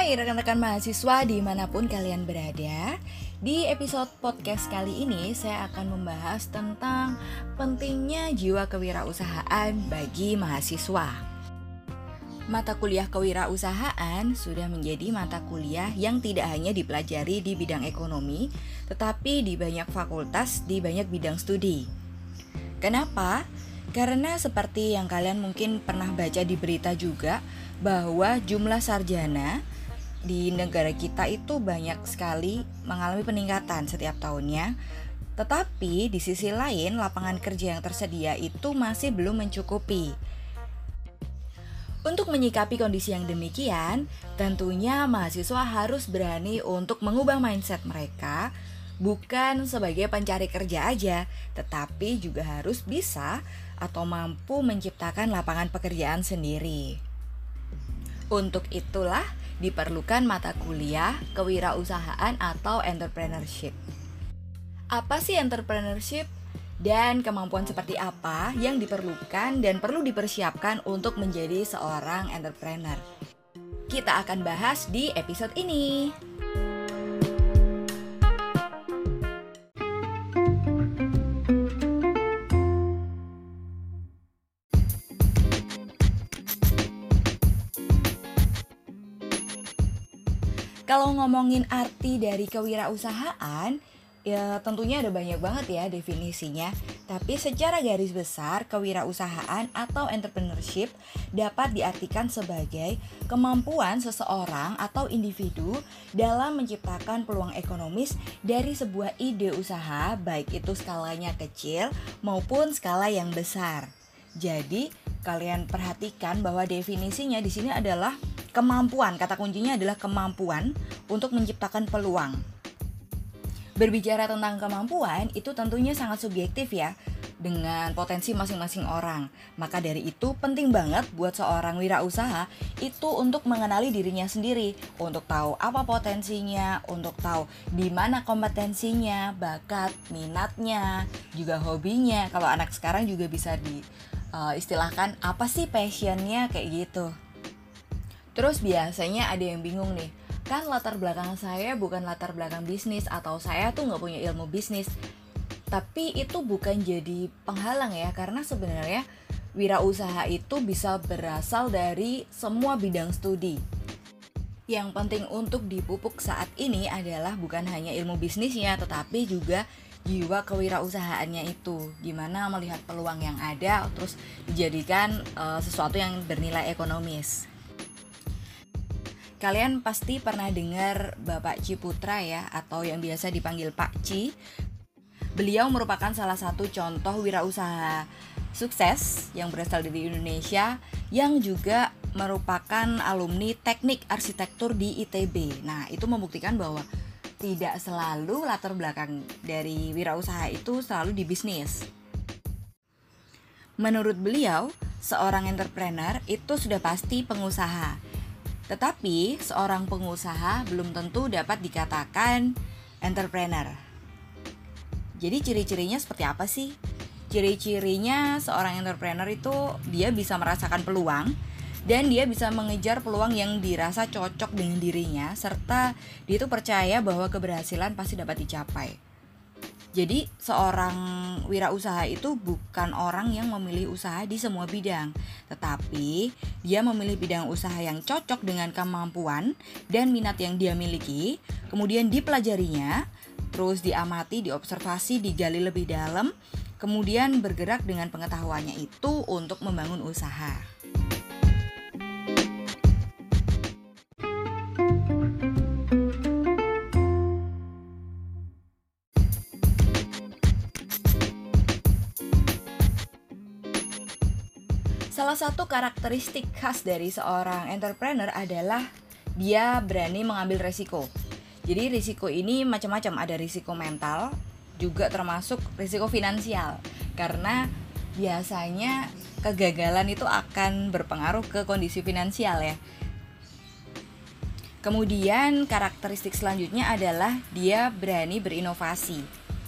Hai rekan-rekan mahasiswa dimanapun kalian berada. Di episode podcast kali ini saya akan membahas tentang pentingnya jiwa kewirausahaan bagi mahasiswa. Mata kuliah kewirausahaan sudah menjadi mata kuliah yang tidak hanya dipelajari di bidang ekonomi, tetapi di banyak fakultas, di banyak bidang studi. Kenapa? Karena seperti yang kalian mungkin pernah baca di berita juga, bahwa jumlah sarjana di negara kita itu banyak sekali mengalami peningkatan setiap tahunnya. Tetapi di sisi lain lapangan kerja yang tersedia itu masih belum mencukupi. Untuk menyikapi kondisi yang demikian, tentunya mahasiswa harus berani untuk mengubah mindset mereka, bukan sebagai pencari kerja aja, tetapi juga harus bisa atau mampu menciptakan lapangan pekerjaan sendiri. Untuk itulah diperlukan mata kuliah kewirausahaan atau entrepreneurship. Apa sih entrepreneurship? Dan kemampuan seperti apa yang diperlukan dan perlu dipersiapkan untuk menjadi seorang entrepreneur? Kita akan bahas di episode ini. Kalau ngomongin arti dari kewirausahaan, ya tentunya ada banyak banget ya definisinya. Tapi secara garis besar, kewirausahaan atau entrepreneurship dapat diartikan sebagai kemampuan seseorang atau individu dalam menciptakan peluang ekonomis dari sebuah ide usaha, baik itu skalanya kecil maupun skala yang besar. Jadi, kalian perhatikan bahwa definisinya di sini adalah kemampuan, kata kuncinya adalah kemampuan untuk menciptakan peluang. Berbicara tentang kemampuan itu tentunya sangat subjektif ya, dengan potensi masing-masing orang. Maka dari itu penting banget buat seorang wirausaha itu untuk mengenali dirinya sendiri, untuk tahu apa potensinya, untuk tahu di mana kompetensinya, bakat, minatnya, juga hobinya. Kalau anak sekarang juga bisa istilahkan apa sih passionnya kayak gitu. Terus biasanya ada yang bingung nih, kan latar belakang saya bukan latar belakang bisnis atau saya tuh gak punya ilmu bisnis. Tapi itu bukan jadi penghalang ya, karena sebenarnya wirausaha itu bisa berasal dari semua bidang studi. Yang penting untuk dipupuk saat ini adalah bukan hanya ilmu bisnisnya, tetapi juga jiwa kewirausahaannya itu. Gimana melihat peluang yang ada, terus dijadikan sesuatu yang bernilai ekonomis. Kalian pasti pernah dengar Bapak Ciputra ya, atau yang biasa dipanggil Pak Ci. Beliau merupakan salah satu contoh wirausaha sukses yang berasal dari Indonesia, yang juga merupakan alumni teknik arsitektur di ITB. Nah, itu membuktikan bahwa tidak selalu latar belakang dari wirausaha itu selalu di bisnis. Menurut beliau, seorang entrepreneur itu sudah pasti pengusaha. Tetapi seorang pengusaha belum tentu dapat dikatakan entrepreneur. Jadi ciri-cirinya seperti apa sih? Ciri-cirinya seorang entrepreneur itu dia bisa merasakan peluang dan dia bisa mengejar peluang yang dirasa cocok dengan dirinya, serta dia itu percaya bahwa keberhasilan pasti dapat dicapai. Jadi seorang wirausaha itu bukan orang yang memilih usaha di semua bidang, tetapi dia memilih bidang usaha yang cocok dengan kemampuan dan minat yang dia miliki, kemudian dipelajarinya, terus diamati, diobservasi, digali lebih dalam, kemudian bergerak dengan pengetahuannya itu untuk membangun usaha. Salah satu karakteristik khas dari seorang entrepreneur adalah dia berani mengambil risiko. Jadi risiko ini macam-macam, ada risiko mental, juga termasuk risiko finansial. Karena biasanya kegagalan itu akan berpengaruh ke kondisi finansial ya. Kemudian karakteristik selanjutnya adalah dia berani berinovasi.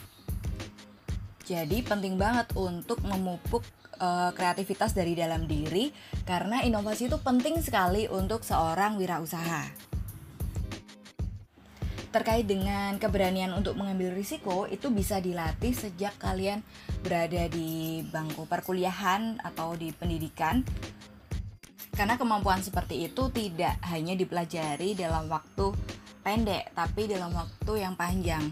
Jadi penting banget untuk memupuk kreativitas dari dalam diri, karena inovasi itu penting sekali untuk seorang wirausaha. Terkait dengan keberanian untuk mengambil risiko, itu bisa dilatih sejak kalian berada di bangku perkuliahan atau di pendidikan. Karena kemampuan seperti itu tidak hanya dipelajari dalam waktu pendek, tapi dalam waktu yang panjang.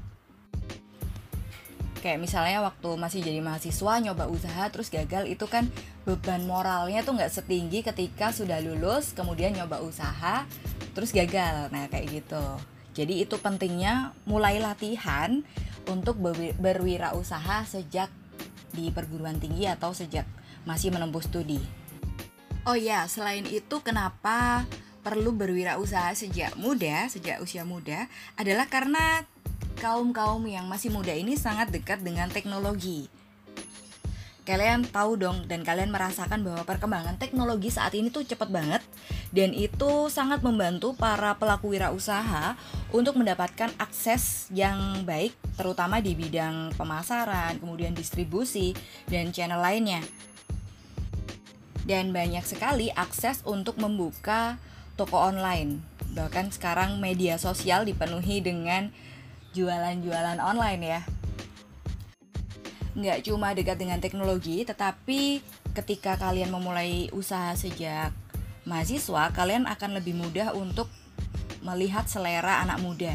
Kayak misalnya waktu masih jadi mahasiswa nyoba usaha terus gagal, itu kan beban moralnya tuh nggak setinggi ketika sudah lulus kemudian nyoba usaha terus gagal. Nah kayak gitu. Jadi itu pentingnya mulai latihan untuk berwirausaha sejak di perguruan tinggi atau sejak masih menempuh studi. Oh ya, selain itu kenapa perlu berwirausaha sejak usia muda adalah karena kaum-kaum yang masih muda ini sangat dekat dengan teknologi. Kalian tahu dong dan kalian merasakan bahwa perkembangan teknologi saat ini tuh cepat banget dan itu sangat membantu para pelaku wirausaha untuk mendapatkan akses yang baik terutama di bidang pemasaran, kemudian distribusi dan channel lainnya. Dan banyak sekali akses untuk membuka toko online. Bahkan sekarang media sosial dipenuhi dengan jualan-jualan online ya. Nggak cuma dekat dengan teknologi, tetapi ketika kalian memulai usaha sejak mahasiswa, kalian akan lebih mudah untuk melihat selera anak muda.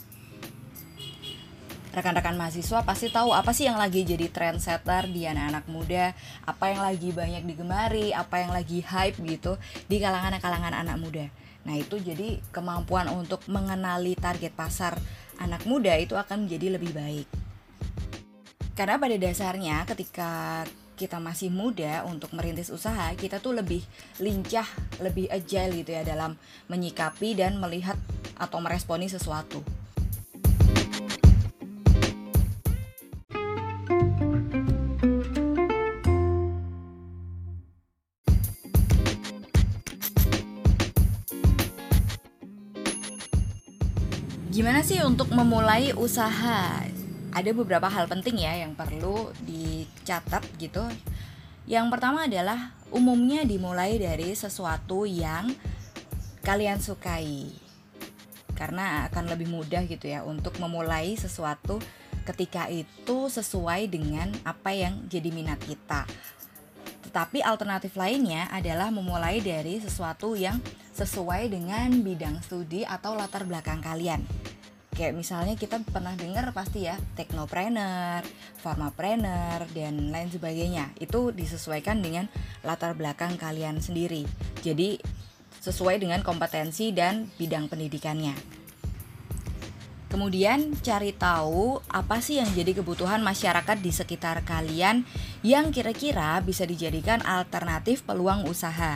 Rekan-rekan mahasiswa pasti tahu apa sih yang lagi jadi trendsetter di anak-anak muda, apa yang lagi banyak digemari, apa yang lagi hype gitu di kalangan anak muda. Nah itu jadi kemampuan untuk mengenali target pasar anak muda itu akan menjadi lebih baik. Karena pada dasarnya ketika kita masih muda untuk merintis usaha, kita tuh lebih lincah, lebih agile gitu ya dalam menyikapi dan melihat atau meresponi sesuatu. Gimana sih untuk memulai usaha? Ada beberapa hal penting ya yang perlu dicatat gitu. Yang pertama adalah umumnya dimulai dari sesuatu yang kalian sukai. Karena akan lebih mudah gitu ya untuk memulai sesuatu ketika itu sesuai dengan apa yang jadi minat kita. Tetapi alternatif lainnya adalah memulai dari sesuatu yang sesuai dengan bidang studi atau latar belakang kalian. Kayak misalnya kita pernah dengar pasti ya teknopreneur, pharmapreneur, dan lain sebagainya. Itu disesuaikan dengan latar belakang kalian sendiri. Jadi sesuai dengan kompetensi dan bidang pendidikannya. Kemudian cari tahu apa sih yang jadi kebutuhan masyarakat di sekitar kalian yang kira-kira bisa dijadikan alternatif peluang usaha.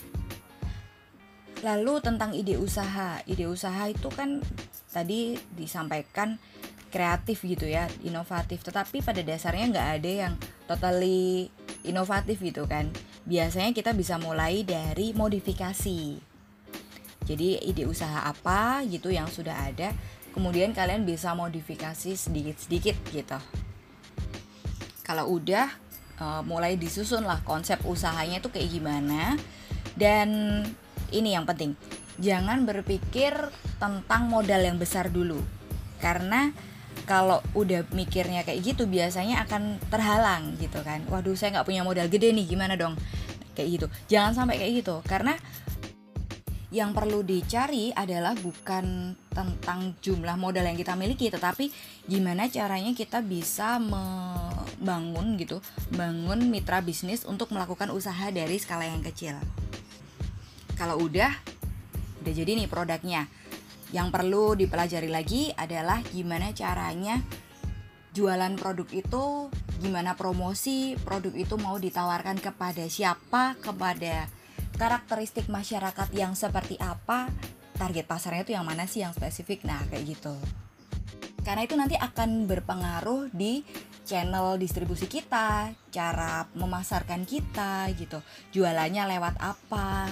Lalu tentang ide usaha itu kan tadi disampaikan kreatif gitu ya, inovatif. Tetapi pada dasarnya nggak ada yang totally inovatif gitu kan. Biasanya kita bisa mulai dari modifikasi. Jadi ide usaha apa gitu yang sudah ada, kemudian kalian bisa modifikasi sedikit-sedikit gitu. Kalau udah mulai disusun lah konsep usahanya itu kayak gimana. Dan ini yang penting, jangan berpikir tentang modal yang besar dulu. Karena kalau udah mikirnya kayak gitu biasanya akan terhalang gitu kan. Waduh saya gak punya modal gede nih, gimana dong? Kayak gitu, jangan sampai kayak gitu. Karena yang perlu dicari adalah bukan tentang jumlah modal yang kita miliki, tetapi gimana caranya kita bisa bangun mitra bisnis untuk melakukan usaha dari skala yang kecil. Kalau udah jadi nih produknya. Yang perlu dipelajari lagi adalah gimana caranya jualan produk itu, gimana promosi produk itu mau ditawarkan kepada siapa, kepada karakteristik masyarakat yang seperti apa, target pasarnya itu yang mana sih yang spesifik. Nah kayak gitu. Karena itu nanti akan berpengaruh di channel distribusi kita, cara memasarkan kita gitu, jualannya lewat apa,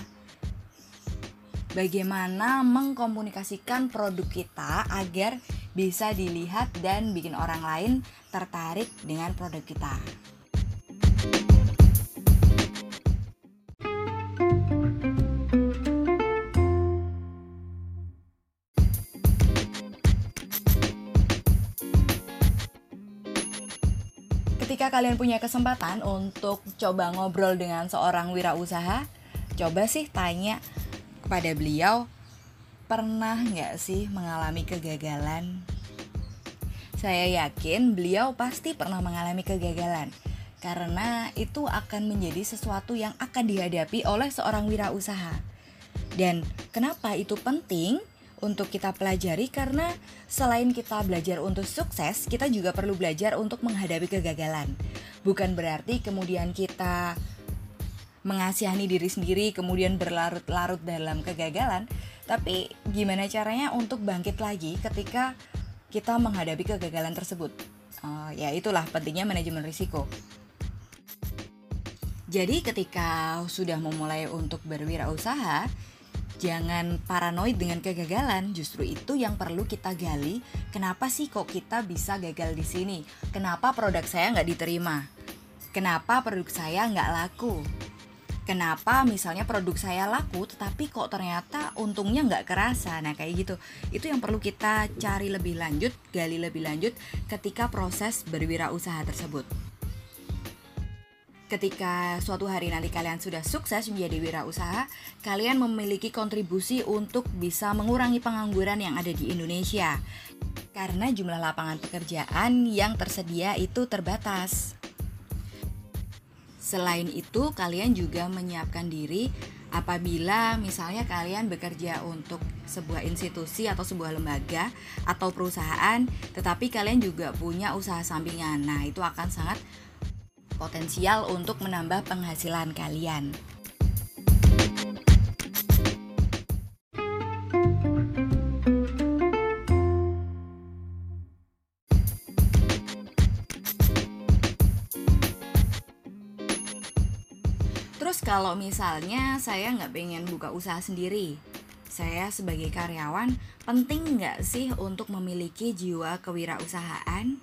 bagaimana mengkomunikasikan produk kita agar bisa dilihat dan bikin orang lain tertarik dengan produk kita. Jika kalian punya kesempatan untuk coba ngobrol dengan seorang wirausaha, coba sih tanya kepada beliau, pernah nggak sih mengalami kegagalan? Saya yakin beliau pasti pernah mengalami kegagalan, karena itu akan menjadi sesuatu yang akan dihadapi oleh seorang wirausaha. Dan kenapa itu penting untuk kita pelajari? Karena selain kita belajar untuk sukses, kita juga perlu belajar untuk menghadapi kegagalan. Bukan berarti kemudian kita mengasihani diri sendiri kemudian berlarut-larut dalam kegagalan, tapi gimana caranya untuk bangkit lagi ketika kita menghadapi kegagalan tersebut. Ya itulah pentingnya manajemen risiko. Jadi ketika sudah memulai untuk berwirausaha, jangan paranoid dengan kegagalan. Justru itu yang perlu kita gali. Kenapa sih kok kita bisa gagal di sini? Kenapa produk saya nggak diterima? Kenapa produk saya nggak laku? Kenapa misalnya produk saya laku tetapi kok ternyata untungnya nggak kerasa? Nah kayak gitu. Itu yang perlu kita cari lebih lanjut, gali lebih lanjut ketika proses berwirausaha tersebut. Ketika suatu hari nanti kalian sudah sukses menjadi wirausaha, kalian memiliki kontribusi untuk bisa mengurangi pengangguran yang ada di Indonesia. Karena jumlah lapangan pekerjaan yang tersedia itu terbatas. Selain itu, kalian juga menyiapkan diri apabila misalnya kalian bekerja untuk sebuah institusi atau sebuah lembaga atau perusahaan, tetapi kalian juga punya usaha sampingan. Nah, itu akan sangat potensial untuk menambah penghasilan kalian. Terus kalau misalnya saya nggak pengen buka usaha sendiri, saya sebagai karyawan, penting nggak sih untuk memiliki jiwa kewirausahaan?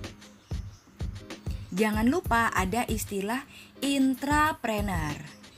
Jangan lupa ada istilah intrapreneur.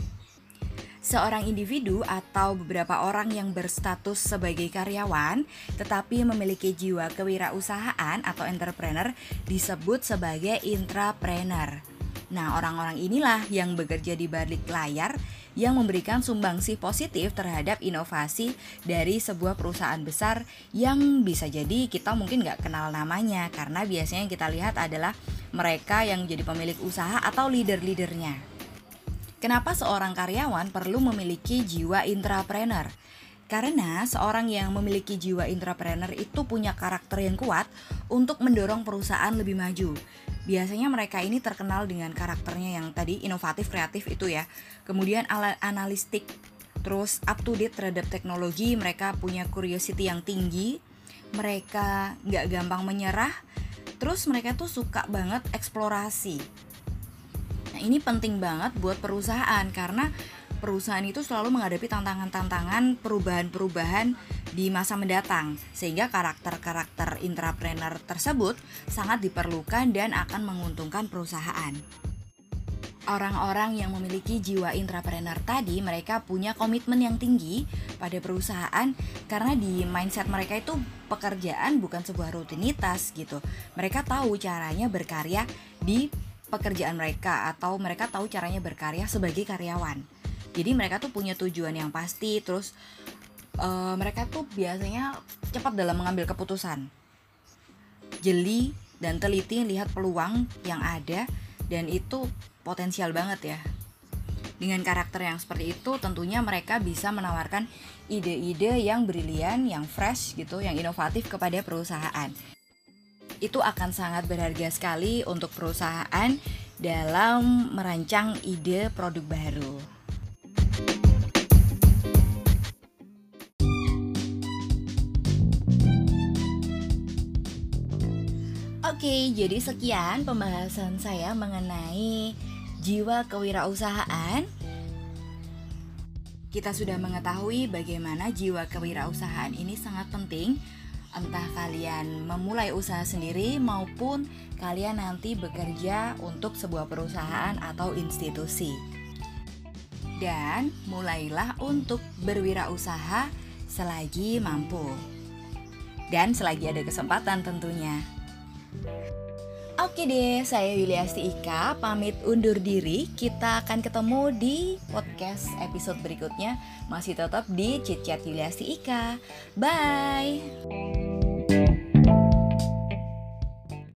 Seorang individu atau beberapa orang yang berstatus sebagai karyawan tetapi memiliki jiwa kewirausahaan atau entrepreneur disebut sebagai intrapreneur. Nah, orang-orang inilah yang bekerja di balik layar yang memberikan sumbangsih positif terhadap inovasi dari sebuah perusahaan besar yang bisa jadi kita mungkin nggak kenal namanya, karena biasanya yang kita lihat adalah mereka yang jadi pemilik usaha atau leader-leadernya. Kenapa seorang karyawan perlu memiliki jiwa intrapreneur? Karena seorang yang memiliki jiwa intrapreneur itu punya karakter yang kuat untuk mendorong perusahaan lebih maju. Biasanya mereka ini terkenal dengan karakternya yang tadi inovatif, kreatif itu ya. Kemudian analistik, terus up to date terhadap teknologi, mereka punya curiosity yang tinggi, mereka nggak gampang menyerah, terus mereka tuh suka banget eksplorasi. Nah ini penting banget buat perusahaan karena perusahaan itu selalu menghadapi tantangan-tantangan perubahan-perubahan di masa mendatang, sehingga karakter-karakter intrapreneur tersebut sangat diperlukan dan akan menguntungkan perusahaan. Orang-orang yang memiliki jiwa intrapreneur tadi, mereka punya komitmen yang tinggi pada perusahaan karena di mindset mereka itu pekerjaan bukan sebuah rutinitas gitu. Mereka tahu caranya berkarya di pekerjaan mereka atau mereka tahu caranya berkarya sebagai karyawan. Jadi mereka tuh punya tujuan yang pasti, terus mereka tuh biasanya cepat dalam mengambil keputusan, jeli dan teliti lihat peluang yang ada, dan itu potensial banget ya. Dengan karakter yang seperti itu tentunya mereka bisa menawarkan ide-ide yang brilian, yang fresh gitu, yang inovatif kepada perusahaan. Itu akan sangat berharga sekali untuk perusahaan dalam merancang ide produk baru. Oke, jadi sekian pembahasan saya mengenai jiwa kewirausahaan. Kita sudah mengetahui bagaimana jiwa kewirausahaan ini sangat penting, entah kalian memulai usaha sendiri maupun kalian nanti bekerja untuk sebuah perusahaan atau institusi. Dan mulailah untuk berwirausaha selagi mampu dan selagi ada kesempatan tentunya. Oke deh, saya Yuliasti Ika pamit undur diri. Kita akan ketemu di podcast episode berikutnya. Masih tetap di Chit Chat Yuliasti Ika. Bye.